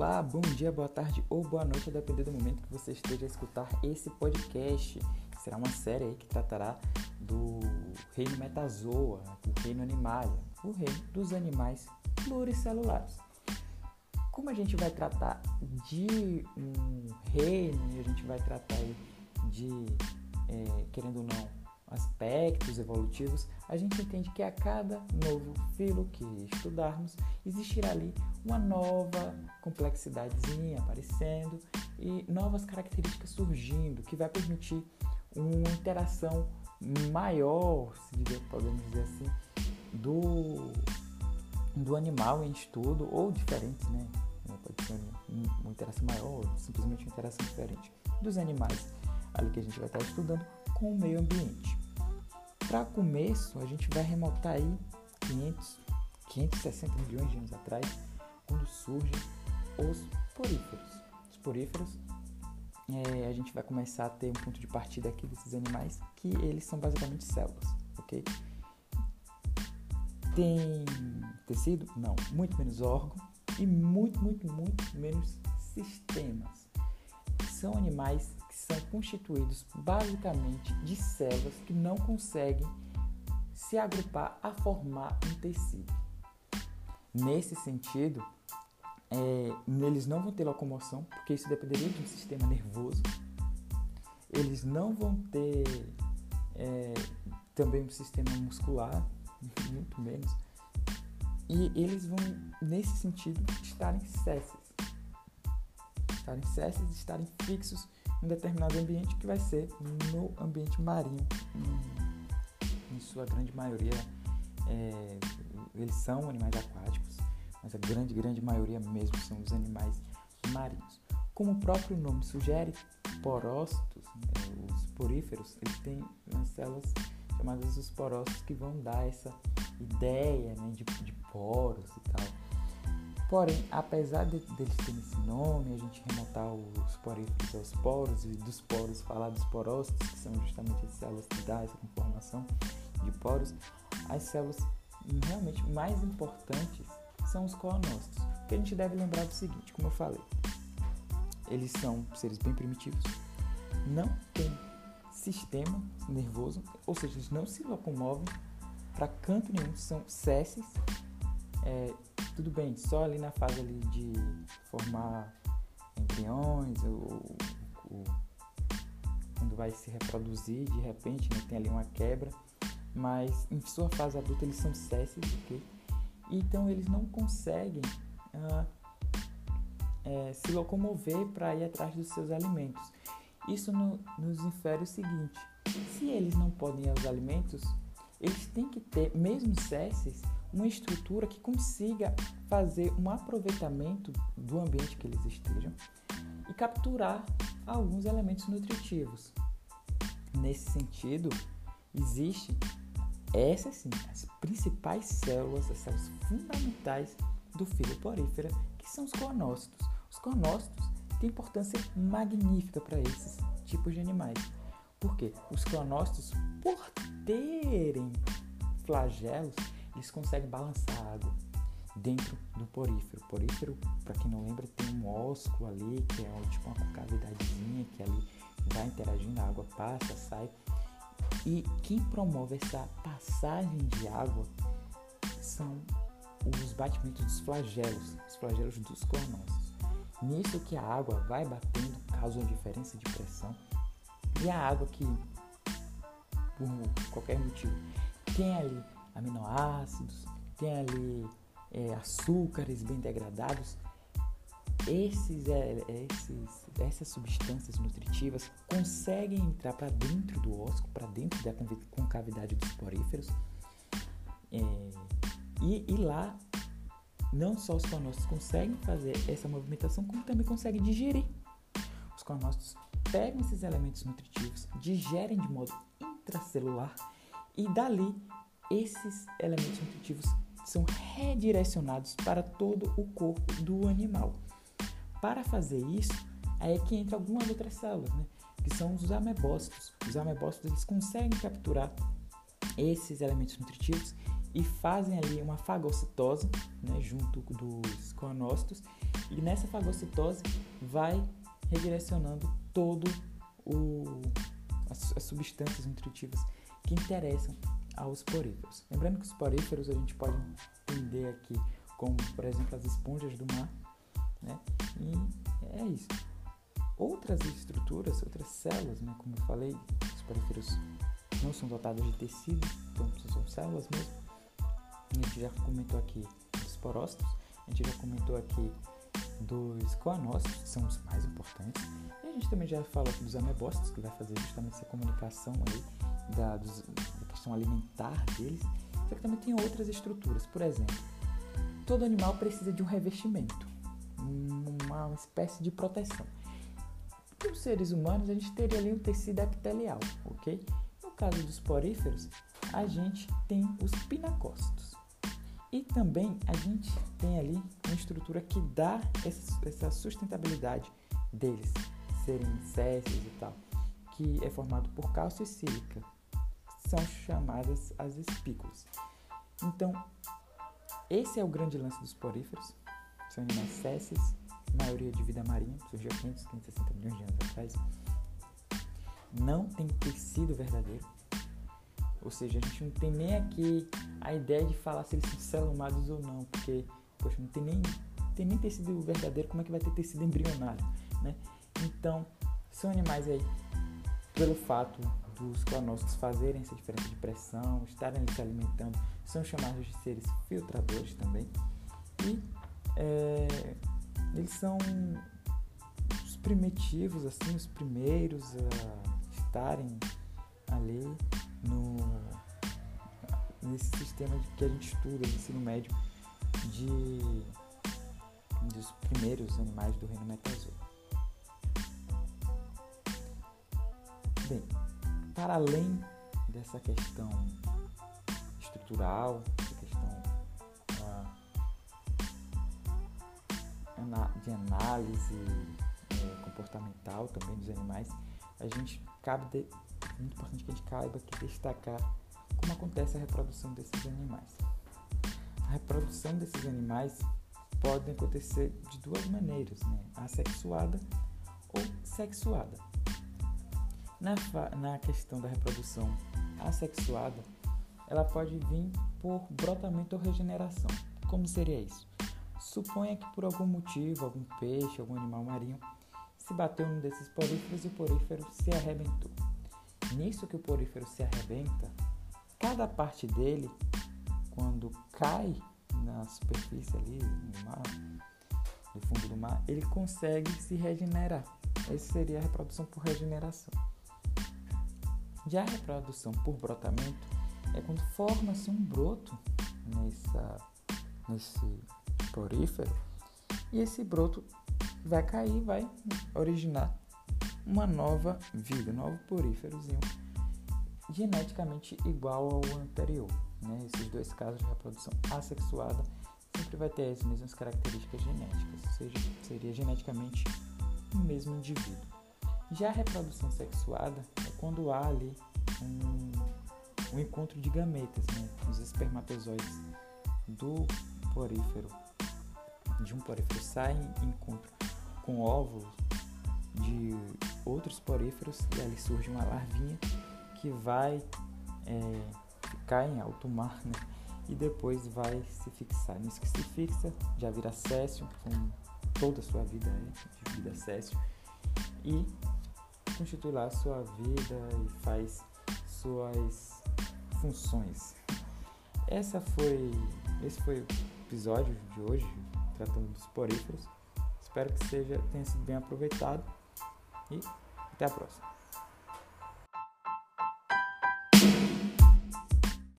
Olá, bom dia, boa tarde ou boa noite, a depender do momento que você esteja a escutar esse podcast. Será uma série aí que tratará do reino metazoa, do reino animalia, o reino dos animais pluricelulares. Como a gente vai tratar de um reino e a gente vai tratar aí de, querendo ou não, aspectos evolutivos, a gente entende que a cada novo filo que estudarmos, existirá ali uma nova complexidadezinha aparecendo e novas características surgindo, que vai permitir uma interação maior, se podemos dizer assim, do animal em estudo, ou diferente, né? Pode ser uma interação maior ou simplesmente uma interação diferente dos animais ali que a gente vai estar estudando com o meio ambiente. Para começo, a gente vai remontar aí 560 milhões de anos atrás, quando surgem os poríferos. Os poríferos, a gente vai começar a ter um ponto de partida aqui desses animais, que eles são basicamente células, ok? Tem tecido? Não. Muito menos órgão e muito menos sistemas. São animais que são constituídos basicamente de células que não conseguem se agrupar a formar um tecido. Nesse sentido, eles não vão ter locomoção, porque isso dependeria de um sistema nervoso. Eles não vão ter também um sistema muscular, muito menos. E eles vão, nesse sentido, estarem césseis. Estarem fixos em um determinado ambiente, que vai ser no ambiente marinho. Em sua grande maioria, eles são animais aquáticos, mas a grande maioria mesmo são os animais marinhos. Como o próprio nome sugere, porócitos, os poríferos, eles têm umas células chamadas os porócitos, que vão dar essa ideia, né, de poros e tal. Porém, apesar deles terem esse nome, a gente remontar os poríferos aos poros, e dos poros falar dos porócitos, que são justamente as células que dão essa conformação de poros, as células realmente mais importantes são os coanócitos. Porque a gente deve lembrar do seguinte, como eu falei, eles são seres bem primitivos, não têm sistema nervoso, ou seja, eles não se locomovem para canto nenhum, são césseis. Tudo bem, só ali na fase ali de formar embriões, ou quando vai se reproduzir, de repente, né, tem ali uma quebra, mas em sua fase adulta eles são césseis, ok? Então eles não conseguem se locomover para ir atrás dos seus alimentos. Isso nos infere o seguinte: se eles não podem ir aos alimentos, eles têm que ter, mesmo césseis, uma estrutura que consiga fazer um aproveitamento do ambiente que eles estejam e capturar alguns elementos nutritivos. Nesse sentido, existem essas sim, as principais células, as células fundamentais do filo porífera, que são os coanócitos. Os coanócitos têm importância magnífica para esses tipos de animais. Por quê? Os coanócitos, por terem flagelos, eles conseguem balançar a água dentro do porífero. O porífero, para quem não lembra, tem um ósculo ali, que é tipo uma concavidadezinha, que ali vai interagindo, a água passa, sai. E quem promove essa passagem de água são os batimentos dos flagelos, os flagelos dos coanócitos. Nisso que a água vai batendo, causa uma diferença de pressão. E a água que, por qualquer motivo, tem ali aminoácidos, tem ali açúcares bem degradados, essas substâncias nutritivas conseguem entrar para dentro do ósculo, para dentro da concavidade dos poríferos, e lá não só os coanócitos conseguem fazer essa movimentação, como também conseguem digerir. Os coanócitos pegam esses elementos nutritivos, digerem de modo intracelular, e dali esses elementos nutritivos são redirecionados para todo o corpo do animal. Para fazer isso, aí é que entra algumas outras células, né? Que são os amebócitos. Os amebócitos, eles conseguem capturar esses elementos nutritivos e fazem ali uma fagocitose, né, junto dos coanócitos, E nessa fagocitose vai redirecionando todo as substâncias nutritivas que interessam aos poríferos. Lembrando que os poríferos a gente pode entender aqui como, por exemplo, as esponjas do mar, né? E é isso. Outras estruturas, outras células, né? Como eu falei, os poríferos não são dotados de tecido, então são células mesmo. A gente já comentou aqui dos porócitos, a gente já comentou aqui dos coanócitos, que são os mais importantes. E a gente também já falou aqui dos amebócitos, que vai fazer justamente essa comunicação aí da questão alimentar deles. Só que também tem outras estruturas. Por exemplo, todo animal precisa de um revestimento, uma espécie de proteção. Para os seres humanos, a gente teria ali um tecido epitelial, ok? No caso dos poríferos, a gente tem os pinacócitos. E também a gente tem ali uma estrutura que dá essa sustentabilidade deles serem sésseis e tal, que é formado por cálcio e sílica. São chamadas as espículas. Então, esse é o grande lance dos poríferos. São animais sésseis, maioria de vida marinha, surgiu há 560 milhões de anos atrás. Não tem tecido verdadeiro. Ou seja, a gente não tem nem aqui a ideia de falar se eles são celumados ou não, porque, poxa, não tem nem tecido verdadeiro, como é que vai ter tecido embrionário, né? Então, são animais aí, pelo fato dos coanócitos fazerem essa diferença de pressão, estarem ali se alimentando, são chamados de seres filtradores também. E eles são os primitivos, assim, os primeiros a estarem ali nesse sistema que a gente estuda no ensino médio dos primeiros animais do reino metazoico. Bem, para além dessa questão estrutural, essa questão de análise comportamental também dos animais, muito importante que a gente caiba aqui destacar como acontece a reprodução desses animais. A reprodução desses animais pode acontecer de duas maneiras, né? Assexuada ou sexuada. Na questão da reprodução assexuada, ela pode vir por brotamento ou regeneração. Como seria isso? Suponha que por algum motivo, algum peixe, algum animal marinho se bateu num desses poríferos e o porífero se arrebentou. Nisso que o porífero se arrebenta, cada parte dele, quando cai na superfície ali, no mar, no fundo do mar, ele consegue se regenerar. Essa seria a reprodução por regeneração. Já a reprodução por brotamento é quando forma-se um broto nesse porífero e esse broto vai cair, vai originar uma nova vida, um novo poríferozinho geneticamente igual ao anterior, né? Esses dois casos de reprodução assexuada sempre vai ter as mesmas características genéticas, ou seja, seria geneticamente o mesmo indivíduo. Já a reprodução sexuada é quando há ali um encontro de gametas, né? Os espermatozoides de um porífero saem em encontro com óvulos de outros poríferos e ali surge uma larvinha que vai ficar em alto mar, né? E depois vai se fixar. Nisso que se fixa, já vira céssio, com toda a sua vida de vida céssio, e constitui lá a sua vida e faz suas funções. Esse foi o episódio de hoje, tratando dos poríferos. Espero que tenha sido bem aproveitado e até a próxima.